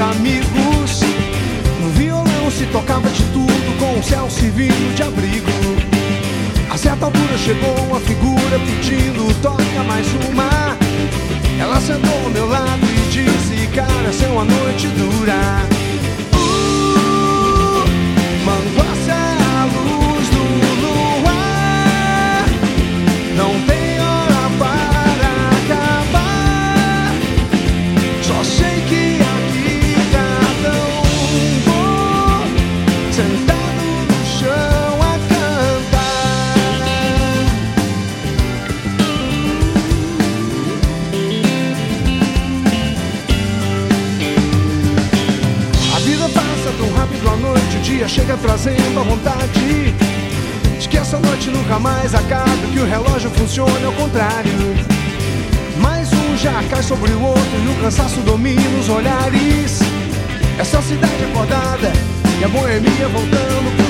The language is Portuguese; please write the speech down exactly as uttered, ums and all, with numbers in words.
amigos. No violão se tocava de tudo, com o céu servindo de abrigo. A certa altura chegou uma figura pedindo toca mais uma. Ela sentou ao meu lado e disse: cara, essa é uma noite dura. Uh, manguaça é a luz do luar, não tem hora para acabar. Só sei que aqui tá tão bom, sentado no chão a cantar. A vida passa tão rápido à noite, o dia chega trazendo a vontade de que essa noite nunca mais acabe, que o relógio funcione ao contrário. Mais um já cai sobre o outro e o cansaço domina os olhares. Essa cidade acordada e a boemia voltando.